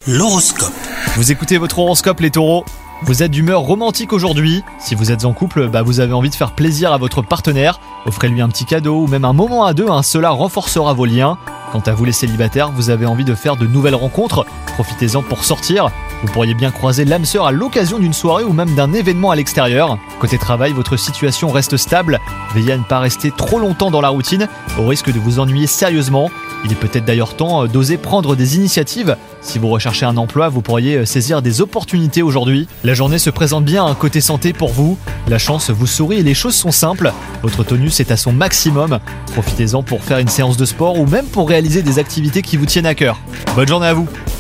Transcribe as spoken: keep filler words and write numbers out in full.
L'horoscope. Vous écoutez votre horoscope les taureaux. Vous êtes d'humeur romantique aujourd'hui. Si vous êtes en couple, bah vous avez envie de faire plaisir à votre partenaire. Offrez-lui un petit cadeau ou même un moment à deux, hein, cela renforcera vos liens. Quant à vous les célibataires, vous avez envie de faire de nouvelles rencontres. Profitez-en pour sortir. Vous pourriez bien croiser l'âme sœur à l'occasion d'une soirée ou même d'un événement à l'extérieur. Côté travail, votre situation reste stable. Veillez à ne pas rester trop longtemps dans la routine, au risque de vous ennuyer sérieusement. Il est peut-être d'ailleurs temps d'oser prendre des initiatives. Si vous recherchez un emploi, vous pourriez saisir des opportunités aujourd'hui. La journée se présente bien à un côté santé pour vous. La chance vous sourit et les choses sont simples. Votre tonus est à son maximum. Profitez-en pour faire une séance de sport ou même pour réaliser des activités qui vous tiennent à cœur. Bonne journée à vous!